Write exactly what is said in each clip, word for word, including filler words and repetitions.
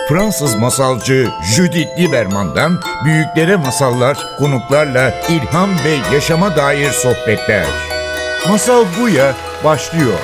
Fransız masalcı Judith Lieberman'dan büyüklere masallar, konuklarla ilham ve yaşama dair sohbetler. Masal Buya başlıyor.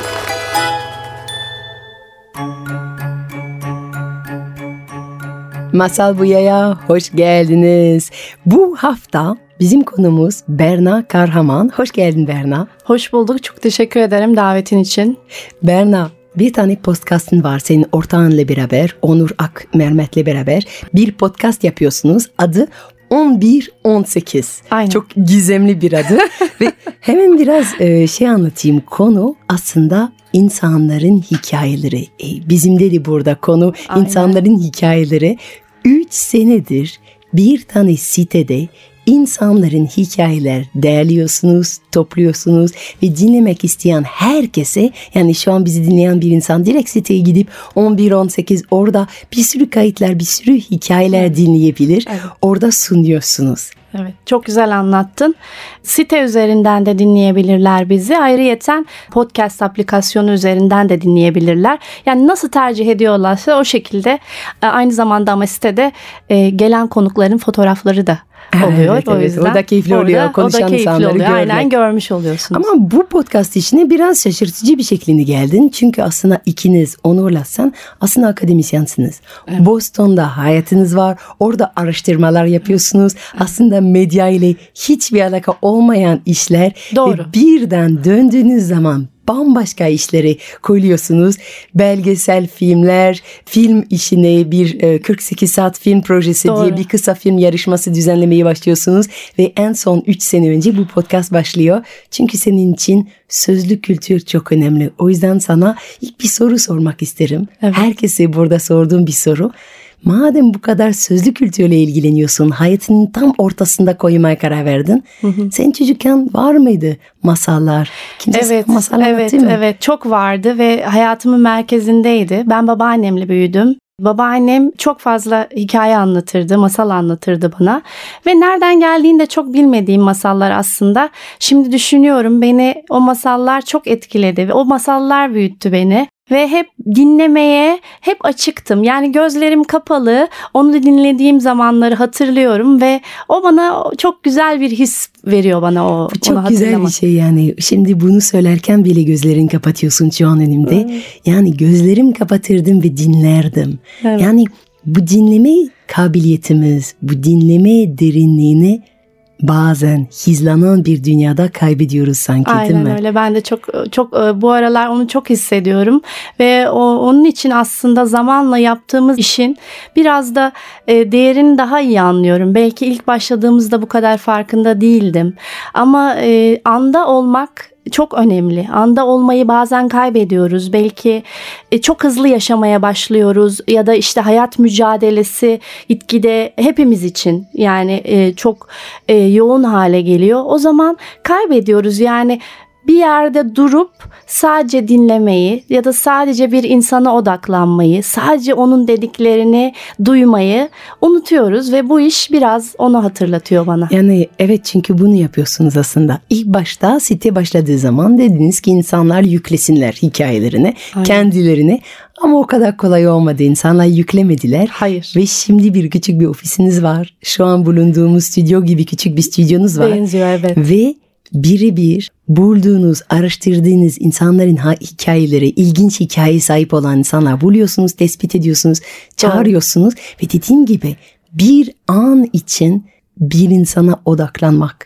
Masal Buya'ya hoş geldiniz. Bu hafta bizim konumuz Berna Kahraman. Hoş geldin Berna. Hoş bulduk. Çok teşekkür ederim davetin için. Berna, bir tane podcastın var senin ortağınla beraber, Onur Ak Mehmet'le beraber. Bir podcast yapıyorsunuz. Adı on bir on sekiz. Aynen. Çok gizemli bir adı. Ve hemen biraz e, şey anlatayım. Konu aslında insanların hikayeleri. E, bizim de burada konu Aynen. insanların hikayeleri. Üç senedir bir tane sitede insanların hikayeler değerliyorsunuz, topluyorsunuz ve dinlemek isteyen herkese, yani şu an bizi dinleyen bir insan direkt siteye gidip on bir on sekiz orada bir sürü kayıtlar, bir sürü hikayeler dinleyebilir. Evet. Orada sunuyorsunuz. Evet, çok güzel anlattın. Site üzerinden de dinleyebilirler bizi. Ayrıyeten podcast aplikasyonu üzerinden de dinleyebilirler. Yani nasıl tercih ediyorlarsa o şekilde. Aynı zamanda ama sitede gelen konukların fotoğrafları da oluyor. Evet, o evet. yüzden o da keyifli oluyor. orada, konuşan o da keyifli insanları oluyor. görmek. Aynen görmüş oluyorsunuz. Ama bu podcast işine biraz şaşırtıcı bir şekilde geldin. Çünkü aslında ikiniz, Onur'la sen aslında akademisyensiniz. Evet. Boston'da hayatınız var. Orada araştırmalar yapıyorsunuz. Evet. Aslında medya ile hiçbir alaka olmayan işler. Doğru. Ve birden döndüğünüz zaman bambaşka işleri koyuyorsunuz. Belgesel filmler, film işine bir kırk sekiz saat film projesi Doğru. diye bir kısa film yarışması düzenlemeye başlıyorsunuz. Ve en son üç sene önce bu podcast başlıyor. Çünkü senin için sözlü kültür çok önemli. O yüzden sana ilk bir soru sormak isterim. Evet. Herkese burada sorduğum bir soru. Madem bu kadar sözlü kültürle ilgileniyorsun, hayatının tam ortasında koymaya karar verdin. Hı hı. Senin çocukken var mıydı masallar? Kimse evet, masal evet, mı? evet, çok vardı ve hayatımın merkezindeydi. Ben babaannemle büyüdüm. Babaannem çok fazla hikaye anlatırdı, masal anlatırdı bana. Ve nereden geldiğini de çok bilmediğim masallar aslında. Şimdi düşünüyorum, beni o masallar çok etkiledi ve o masallar büyüttü beni. Ve hep dinlemeye hep açıktım. Yani gözlerim kapalı, onu dinlediğim zamanları hatırlıyorum ve o bana çok güzel bir his veriyor bana o. Bu çok güzel bir şey yani. Şimdi bunu söylerken bile gözlerini kapatıyorsun şu an önümde. Evet. Yani gözlerimi kapatırdım ve dinlerdim. Evet. Yani bu dinleme kabiliyetimiz, bu dinleme derinliğini bazen hizlanan bir dünyada kaybediyoruz sanki. Aynen değil mi? Öyle. Ben de çok çok bu aralar onu çok hissediyorum ve o, onun için aslında zamanla yaptığımız işin biraz da e, değerini daha iyi anlıyorum. Belki ilk başladığımızda bu kadar farkında değildim. Ama e, anda olmak çok önemli. Anda olmayı bazen kaybediyoruz. Belki çok hızlı yaşamaya başlıyoruz ya da işte hayat mücadelesi gitgide hepimiz için yani çok yoğun hale geliyor. O zaman kaybediyoruz. Yani bir yerde durup sadece dinlemeyi ya da sadece bir insana odaklanmayı, sadece onun dediklerini duymayı unutuyoruz ve bu iş biraz onu hatırlatıyor bana. Yani evet, çünkü bunu yapıyorsunuz aslında. İlk başta site başladığı zaman dediniz ki insanlar yüklesinler hikayelerini, Aynen. kendilerini. Ama o kadar kolay olmadı. İnsanlar yüklemediler. Hayır. Ve şimdi bir küçük bir ofisiniz var. Şu an bulunduğumuz stüdyo gibi küçük bir stüdyonuz var. Benziyor, evet. Ve birebir bulduğunuz, araştırdığınız insanların hikayeleri, ilginç hikayeye sahip olan insanlar buluyorsunuz, tespit ediyorsunuz, çağırıyorsunuz. Doğru. Ve dediğim gibi bir an için bir insana odaklanmak,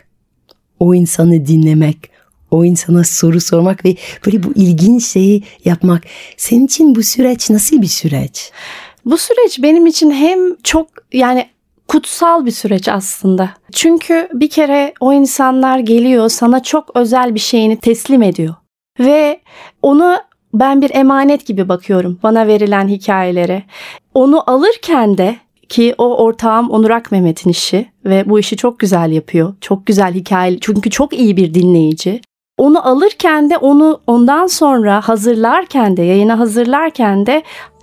o insanı dinlemek, o insana soru sormak ve böyle bu ilginç şeyi yapmak. Senin için bu süreç nasıl bir süreç? Bu süreç benim için hem çok yani kutsal bir süreç aslında. Çünkü bir kere o insanlar geliyor, sana çok özel bir şeyini teslim ediyor. Ve onu ben bir emanet gibi bakıyorum, bana verilen hikayelere. Onu alırken de, ki o ortağım Onur Ak Mehmet'in işi ve bu işi çok güzel yapıyor. Çok güzel hikaye, çünkü çok iyi bir dinleyici. Onu alırken de, onu ondan sonra hazırlarken de, yayına hazırlarken de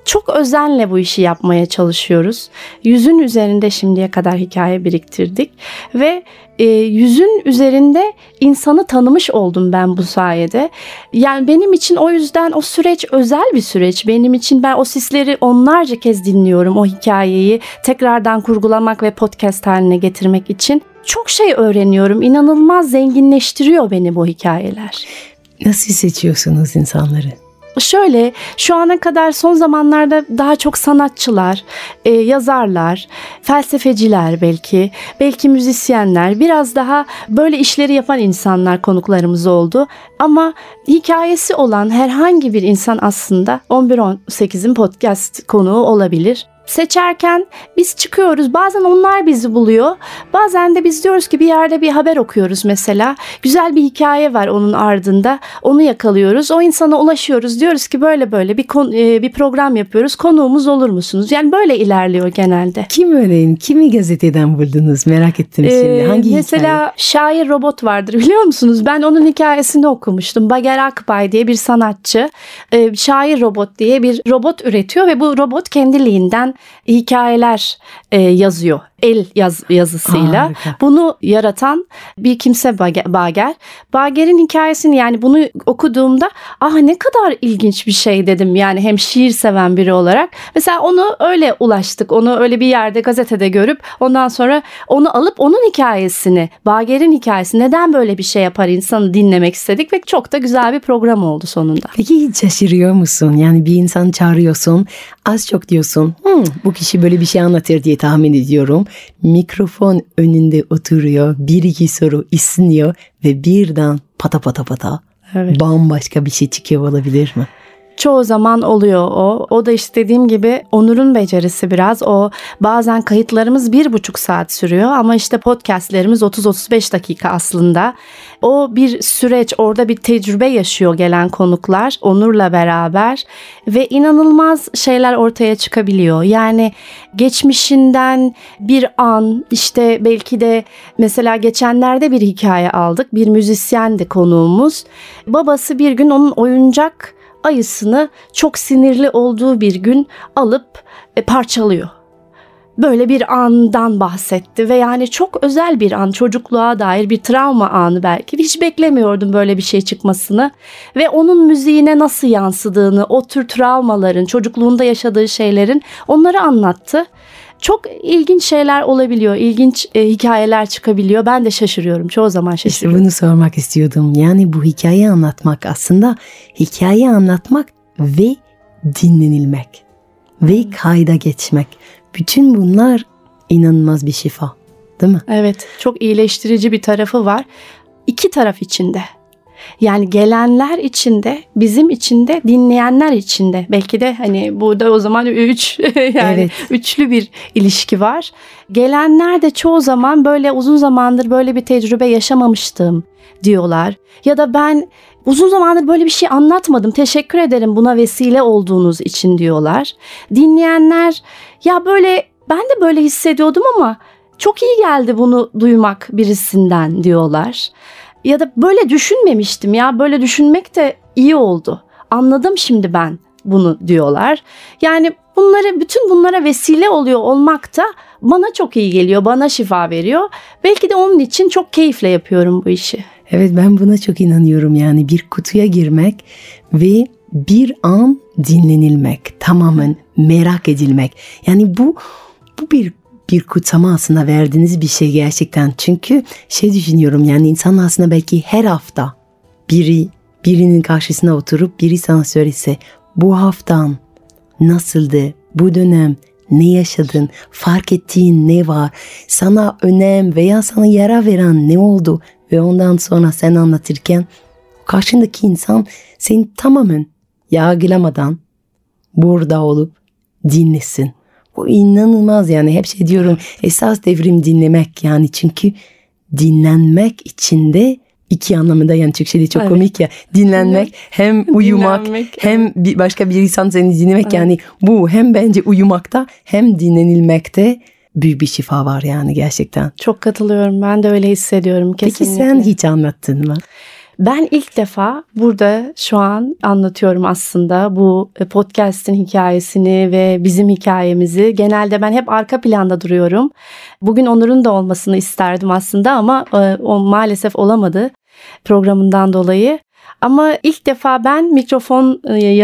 çok özenle bu işi yapmaya çalışıyoruz. Yüzün üzerinde şimdiye kadar hikaye biriktirdik ve e, yüzün üzerinde insanı tanımış oldum ben bu sayede. Yani benim için o yüzden o süreç özel bir süreç. Benim için ben o sisleri onlarca kez dinliyorum, o hikayeyi tekrardan kurgulamak ve podcast haline getirmek için. Çok şey öğreniyorum. İnanılmaz zenginleştiriyor beni bu hikayeler. Nasıl seçiyorsunuz insanları? Şöyle, şu ana kadar son zamanlarda daha çok sanatçılar, e, yazarlar, felsefeciler belki, belki müzisyenler, biraz daha böyle işleri yapan insanlar konuklarımız oldu. Ama hikayesi olan herhangi bir insan aslında on bir on sekizin podcast konuğu olabilir. Seçerken biz çıkıyoruz. Bazen onlar bizi buluyor. Bazen de biz diyoruz ki bir yerde bir haber okuyoruz mesela. Güzel bir hikaye var onun ardında. Onu yakalıyoruz. O insana ulaşıyoruz. Diyoruz ki böyle böyle bir kon- bir program yapıyoruz. Konuğumuz olur musunuz? Yani böyle ilerliyor genelde. Kim örneğin? Kimi gazeteden buldunuz? Merak ettim şimdi. Ee, Hangi mesela hikaye? Şair Robot vardır, biliyor musunuz? Ben onun hikayesini okumuştum. Bager Akbay diye bir sanatçı e, Şair Robot diye bir robot üretiyor ve bu robot kendiliğinden hikayeler e, yazıyor. El yaz, yazısıyla. Harika. Bunu yaratan bir kimse Bager. Bager'in hikayesini, yani bunu okuduğumda ah ne kadar ilginç bir şey dedim. Yani hem şiir seven biri olarak. Mesela onu öyle ulaştık. Onu öyle bir yerde gazetede görüp ondan sonra onu alıp onun hikayesini, Bager'in hikayesini, neden böyle bir şey yapar insanı dinlemek istedik ve çok da güzel bir program oldu sonunda. Peki hiç şaşırıyor musun? Yani bir insan çağırıyorsun, az çok diyorsun, hmm, bu kişi böyle bir şey anlatır diye tahmin ediyorum. Mikrofon önünde oturuyor, bir iki soru isniyor ve birden pata pata pata Evet. bambaşka bir şey çıkıyor, olabilir mi? Çoğu zaman oluyor o. O da işte dediğim gibi Onur'un becerisi biraz. O bazen kayıtlarımız bir buçuk saat sürüyor ama işte podcastlerimiz otuz otuz beş dakika aslında. O bir süreç, orada bir tecrübe yaşıyor gelen konuklar Onur'la beraber ve inanılmaz şeyler ortaya çıkabiliyor. Yani geçmişinden bir an, işte belki de mesela geçenlerde bir hikaye aldık. Bir müzisyendi konuğumuz. Babası bir gün onun oyuncak ayısını çok sinirli olduğu bir gün alıp e, parçalıyor. Böyle bir andan bahsetti ve yani çok özel bir an, çocukluğa dair bir travma anı belki. Hiç beklemiyordum böyle bir şey çıkmasını ve onun müziğine nasıl yansıdığını, o tür travmaların, çocukluğunda yaşadığı şeylerin onları anlattı. Çok ilginç şeyler olabiliyor, ilginç e, hikayeler çıkabiliyor. Ben de şaşırıyorum, çoğu zaman şaşırıyorum. İşte bunu sormak istiyordum. Yani bu hikayeyi anlatmak aslında hikayeyi anlatmak ve dinlenilmek ve kayda geçmek. Bütün bunlar inanılmaz bir şifa, değil mi? Evet, çok iyileştirici bir tarafı var. İki taraf içinde. Yani gelenler içinde, bizim içinde, dinleyenler içinde. Belki de hani burada o zaman üç yani Evet. üçlü bir ilişki var. Gelenler de çoğu zaman böyle uzun zamandır böyle bir tecrübe yaşamamıştım diyorlar. Ya da ben uzun zamandır böyle bir şey anlatmadım. Teşekkür ederim buna vesile olduğunuz için diyorlar. Dinleyenler ya böyle ben de böyle hissediyordum ama çok iyi geldi bunu duymak birisinden diyorlar. Ya da böyle düşünmemiştim ya, böyle düşünmek de iyi oldu. Anladım şimdi ben bunu diyorlar. Yani bunları, bütün bunlara vesile oluyor olmak da bana çok iyi geliyor, bana şifa veriyor. Belki de onun için çok keyifle yapıyorum bu işi. Evet, ben buna çok inanıyorum. Yani bir kutuya girmek ve bir an dinlenilmek, tamamen merak edilmek. Yani bu bu bir bir kutsama aslında, verdiğiniz bir şey gerçekten. Çünkü şey düşünüyorum, yani insan aslında belki her hafta biri birinin karşısına oturup biri sana söylese bu haftan nasıldı, bu dönem ne yaşadın, fark ettiğin ne var, sana önem veya sana yara veren ne oldu ve ondan sonra sen anlatırken karşındaki insan seni tamamen yargılamadan burada olup dinlesin. Bu inanılmaz, yani hep şey diyorum, esas devrim dinlemek, yani çünkü dinlenmek içinde iki anlamında, yani Türkçe'de çok Evet. komik ya, dinlenmek hem uyumak Dinlenmek, hem bir başka bir insan seni dinlemek, Evet. yani bu hem bence uyumakta hem dinlenilmekte büyük bir şifa var yani gerçekten. Çok katılıyorum, ben de öyle hissediyorum kesinlikle. Peki sen hiç anlattın mı? Ben ilk defa burada şu an anlatıyorum aslında bu podcast'in hikayesini ve bizim hikayemizi. Genelde ben hep arka planda duruyorum. Bugün Onur'un da olmasını isterdim aslında ama o maalesef olamadı programından dolayı. Ama ilk defa ben mikrofon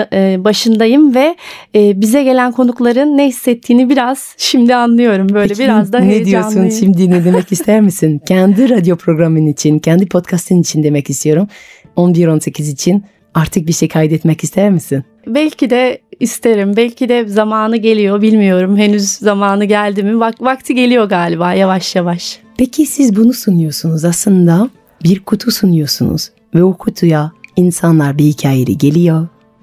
başındayım ve bize gelen konukların ne hissettiğini biraz şimdi anlıyorum. Böyle Peki, biraz da ne heyecanlıyım. diyorsun şimdi, ne demek ister misin? Kendi radyo programın için, kendi podcast'ın için demek istiyorum. on bir on sekiz için artık bir şey kaydetmek ister misin? Belki de isterim. Belki de zamanı geliyor. Bilmiyorum. Henüz zamanı geldi mi? Vak- vakti geliyor galiba yavaş yavaş. Peki siz bunu sunuyorsunuz. Aslında bir kutu sunuyorsunuz. Ve o kutuya insanlar bir hikayeyle geliyor.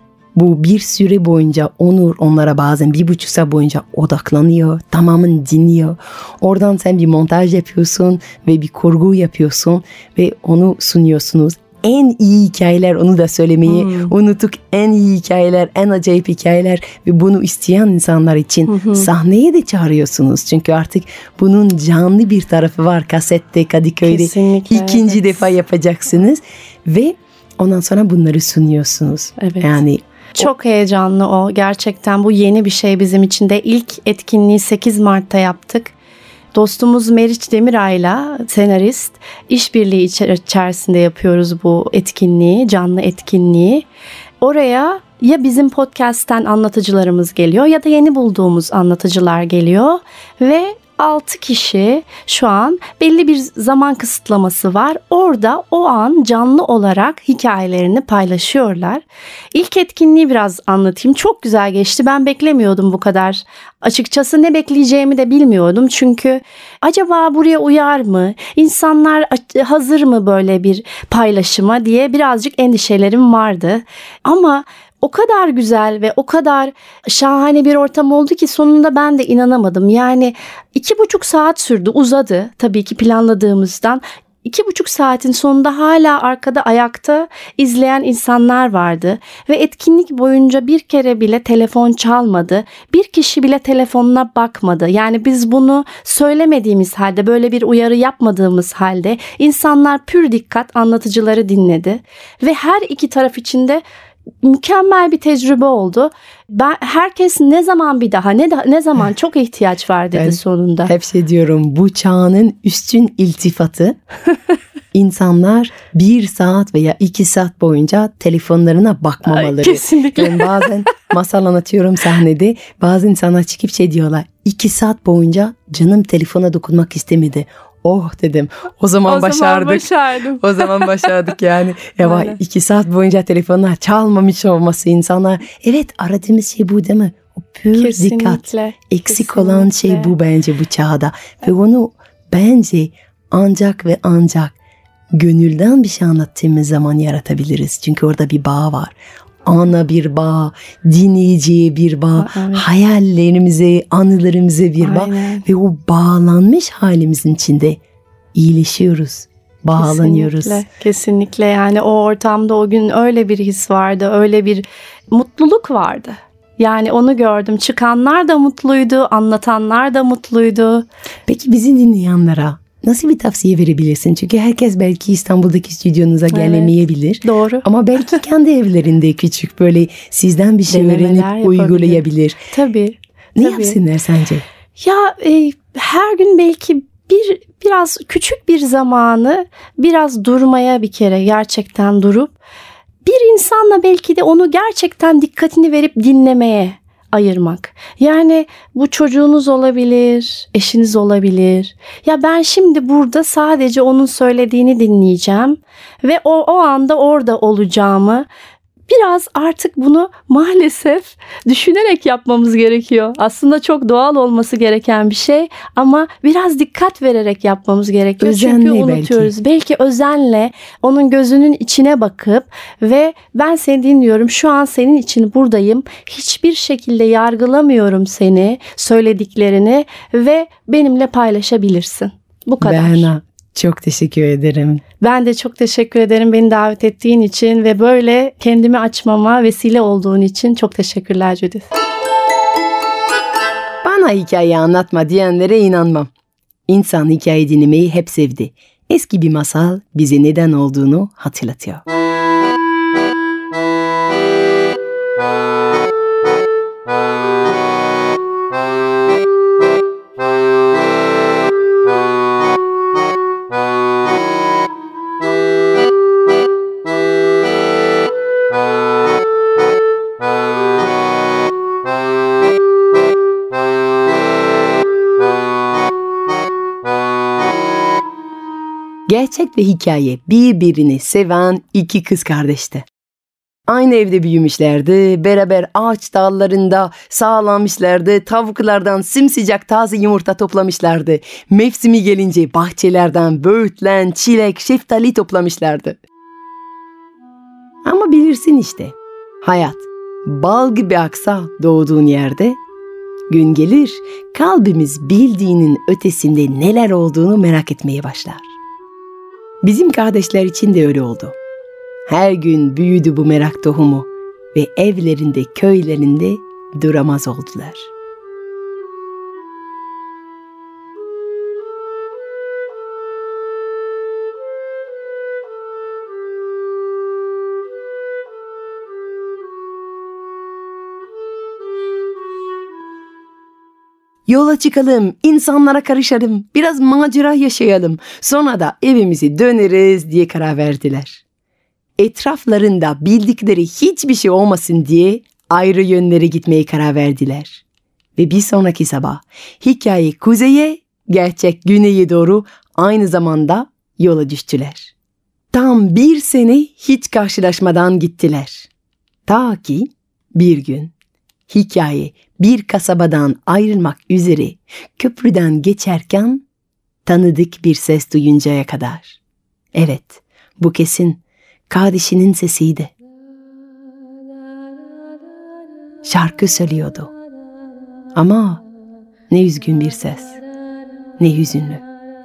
Bu bir süre boyunca Onur onlara bazen bir buçuk saat boyunca odaklanıyor. Tamamını dinliyor. Oradan sen bir montaj yapıyorsun ve bir kurgu yapıyorsun. Ve onu sunuyorsunuz. En iyi hikayeler, onu da söylemeyi hmm. unuttuk. En iyi hikayeler, en acayip hikayeler ve bunu isteyen insanlar için hmm. sahneye de çağırıyorsunuz. Çünkü artık bunun canlı bir tarafı var. Kasette, Kadıköy'de Kesinlikle, ikinci evet. defa yapacaksınız ve ondan sonra bunları sunuyorsunuz. Evet. Yani çok heyecanlı o. Gerçekten bu yeni bir şey bizim için de. İlk etkinliği sekiz Mart'ta yaptık. Dostumuz Meriç Demiray'la, senarist, işbirliği içerisinde yapıyoruz bu etkinliği, canlı etkinliği. Oraya ya bizim podcast'ten anlatıcılarımız geliyor ya da yeni bulduğumuz anlatıcılar geliyor ve altı kişi şu an belli bir zaman kısıtlaması var. Orada o an canlı olarak hikayelerini paylaşıyorlar. İlk etkinliği biraz anlatayım. Çok güzel geçti. Ben beklemiyordum bu kadar. Açıkçası ne bekleyeceğimi de bilmiyordum. Çünkü acaba buraya uyar mı? İnsanlar hazır mı böyle bir paylaşıma diye birazcık endişelerim vardı. Ama o kadar güzel ve o kadar şahane bir ortam oldu ki sonunda ben de inanamadım. Yani iki buçuk saat sürdü, uzadı tabii ki planladığımızdan. İki buçuk saatin sonunda hala arkada ayakta izleyen insanlar vardı. Ve etkinlik boyunca bir kere bile telefon çalmadı. Bir kişi bile telefonuna bakmadı. Yani biz bunu söylemediğimiz halde, böyle bir uyarı yapmadığımız halde insanlar pür dikkat anlatıcıları dinledi. Ve her iki taraf için de mükemmel bir tecrübe oldu. Ben herkes ne zaman bir daha ne da, ne zaman çok ihtiyaç var dedi ben sonunda. Hep şey diyorum, bu çağın üstün iltifatı. İnsanlar bir saat veya iki saat boyunca telefonlarına bakmamaları. Ay, kesinlikle. Yani bazen masal anlatıyorum sahnede. Bazı insanlar çıkıp şey diyorlar. iki saat boyunca canım telefona dokunmak istemedi. Oh dedim. O zaman o başardık. Zaman başardım. O zaman başardık yani. Ya iki saat boyunca telefonlar çalmamış olması, insanlar evet aradığımız şey bu değil mi? O pür kesinlikle, dikkat. Eksik kesinlikle. olan şey bu bence bu çağda. Ve onu bence ancak ve ancak gönülden bir şey anlattığımız zaman yaratabiliriz. Çünkü orada bir bağ var. Ana bir bağ, dinleyiciye bir bağ, evet. hayallerimize, anılarımıza bir bağ. Aynen. Ve o bağlanmış halimizin içinde iyileşiyoruz, bağlanıyoruz. Kesinlikle, kesinlikle yani o ortamda o gün öyle bir his vardı, öyle bir mutluluk vardı. Yani onu gördüm. Çıkanlar da mutluydu, anlatanlar da mutluydu. Peki bizi dinleyenlere nasıl bir tavsiye verebilirsin? Çünkü herkes belki İstanbul'daki stüdyonuza evet, gelemeyebilir. Doğru. Ama belki kendi evlerinde küçük böyle sizden bir şey öğrenip uygulayabilir. Tabii. Ne tabii. yapsınlar sence? Ya e, her gün belki bir biraz küçük bir zamanı biraz durmaya bir kere gerçekten durup bir insanla belki de onu gerçekten dikkatini verip dinlemeye ayırmak. Yani bu çocuğunuz olabilir, eşiniz olabilir. Ya ben şimdi burada sadece onun söylediğini dinleyeceğim ve o o anda orada olacağımı biraz artık bunu maalesef düşünerek yapmamız gerekiyor. Aslında çok doğal olması gereken bir şey ama biraz dikkat vererek yapmamız gerekiyor. Özenle çünkü unutuyoruz. Belki. belki özenle onun gözünün içine bakıp ve ben seni dinliyorum. Şu an senin için buradayım. Hiçbir şekilde yargılamıyorum seni, söylediklerini ve benimle paylaşabilirsin. Bu kadar. Berna, çok teşekkür ederim. Ben de çok teşekkür ederim beni davet ettiğin için ve böyle kendimi açmama vesile olduğun için çok teşekkürler Judith. Bana hikaye anlatma diyenlere inanmam. İnsan hikaye dinlemeyi hep sevdi. eski bir masal bize neden olduğunu hatırlatıyor. Gerçek ve hikaye birbirini seven iki kız kardeşti. Aynı evde büyümüşlerdi, beraber ağaç dallarında sağlamışlardı, tavuklardan simsıcak taze yumurta toplamışlardı. Mevsimi gelince bahçelerden böğürtlen, çilek, şeftali toplamışlardı. Ama bilirsin işte, hayat bal gibi aksa doğduğun yerde, gün gelir kalbimiz bildiğinin ötesinde neler olduğunu merak etmeye başlar. Bizim kardeşler için de öyle oldu. Her gün büyüdü bu merak tohumu ve evlerinde, köylerinde duramaz oldular. Yola çıkalım, insanlara karışalım, biraz macera yaşayalım. Sonra da evimize döneriz diye karar verdiler. Etraflarında bildikleri hiçbir şey olmasın diye ayrı yönlere gitmeye karar verdiler. Ve bir sonraki sabah hikaye kuzeye, gerçek güneye doğru aynı zamanda yola düştüler. Tam bir sene hiç karşılaşmadan gittiler. Ta ki bir gün hikaye bir kasabadan ayrılmak üzere köprüden geçerken tanıdık bir ses duyuncaya kadar. Evet, bu kesin kardeşinin sesiydi. Şarkı söylüyordu. Ama ne üzgün bir ses, ne hüzünlü.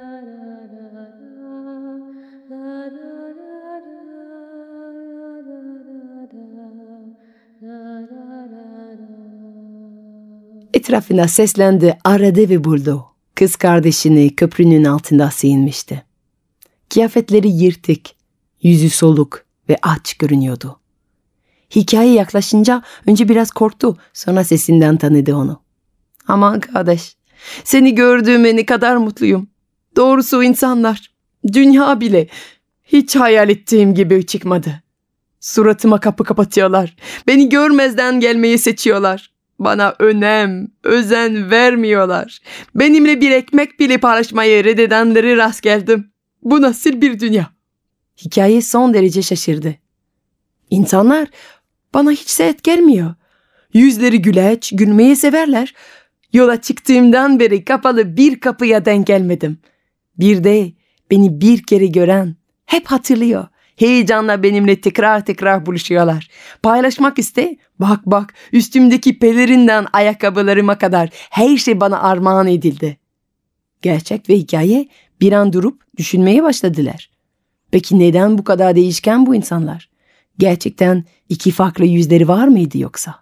Etrafına seslendi, aradı ve buldu. Kız kardeşini köprünün altında sığınmıştı. Kıyafetleri yırtık, yüzü soluk ve aç görünüyordu. Hikaye yaklaşınca önce biraz korktu, sonra sesinden tanıdı onu. Aman kardeş, seni gördüğüme ne kadar mutluyum. Doğrusu insanlar, dünya bile hiç hayal ettiğim gibi çıkmadı. Suratıma kapı kapatıyorlar, beni görmezden gelmeyi seçiyorlar. Bana önem, özen vermiyorlar. Benimle bir ekmek bile paylaşmayı reddedenleri rast geldim. Bu nasıl bir dünya? Hikaye son derece şaşırdı. İnsanlar bana hiç sert gelmiyor. Yüzleri güleç, gülmeyi severler. Yola çıktığımdan beri kapalı bir kapıya denk gelmedim. Bir de beni bir kere gören hep hatırlıyor. Heyecanla benimle tekrar tekrar buluşuyorlar. Paylaşmak iste, bak bak üstümdeki pelerinden ayakkabılarıma kadar her şey bana armağan edildi. Gerçek ve hikaye bir an durup düşünmeye başladılar. Peki neden bu kadar değişken bu insanlar? Gerçekten iki farklı yüzleri var mıydı yoksa?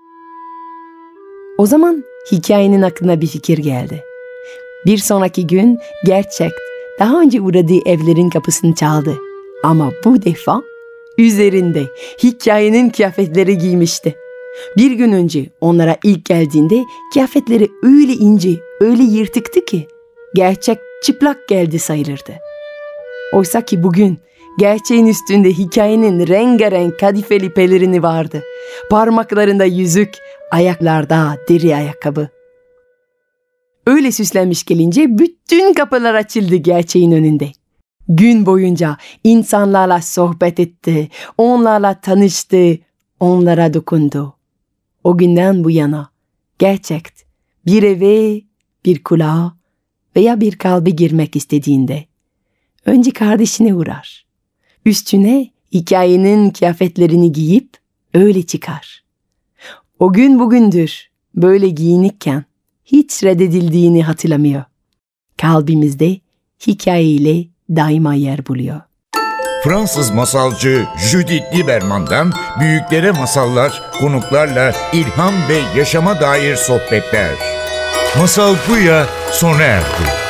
O zaman hikayenin aklına bir fikir geldi. Bir sonraki gün gerçek daha önce uğradığı evlerin kapısını çaldı. Ama bu defa üzerinde hikayenin kıyafetleri giymişti. Bir gün önce onlara ilk geldiğinde kıyafetleri öyle ince, öyle yırtıktı ki gerçek çıplak geldi sayılırdı. Oysa ki bugün gerçeğin üstünde hikayenin rengarenk kadifeli pelerini vardı. Parmaklarında yüzük, ayaklarda deri ayakkabı. Öyle süslenmiş gelince bütün kapılar açıldı gerçeğin önünde. Gün boyunca insanlarla sohbet etti, onlarla tanıştı, onlara dokundu. O günden bu yana gerçek bir eve, bir kulağa veya bir kalbe girmek istediğinde önce kardeşine uğrar. Üstüne hikayenin kıyafetlerini giyip öyle çıkar. O gün bugündür böyle giyinikken hiç reddedildiğini hatırlamıyor. Kalbimizde hikayeyle daima yer buluyor. Fransız masalcı Judith Lieberman'dan büyüklere masallar, konuklarla ilham ve yaşama dair sohbetler. Masal Buya sona erdi.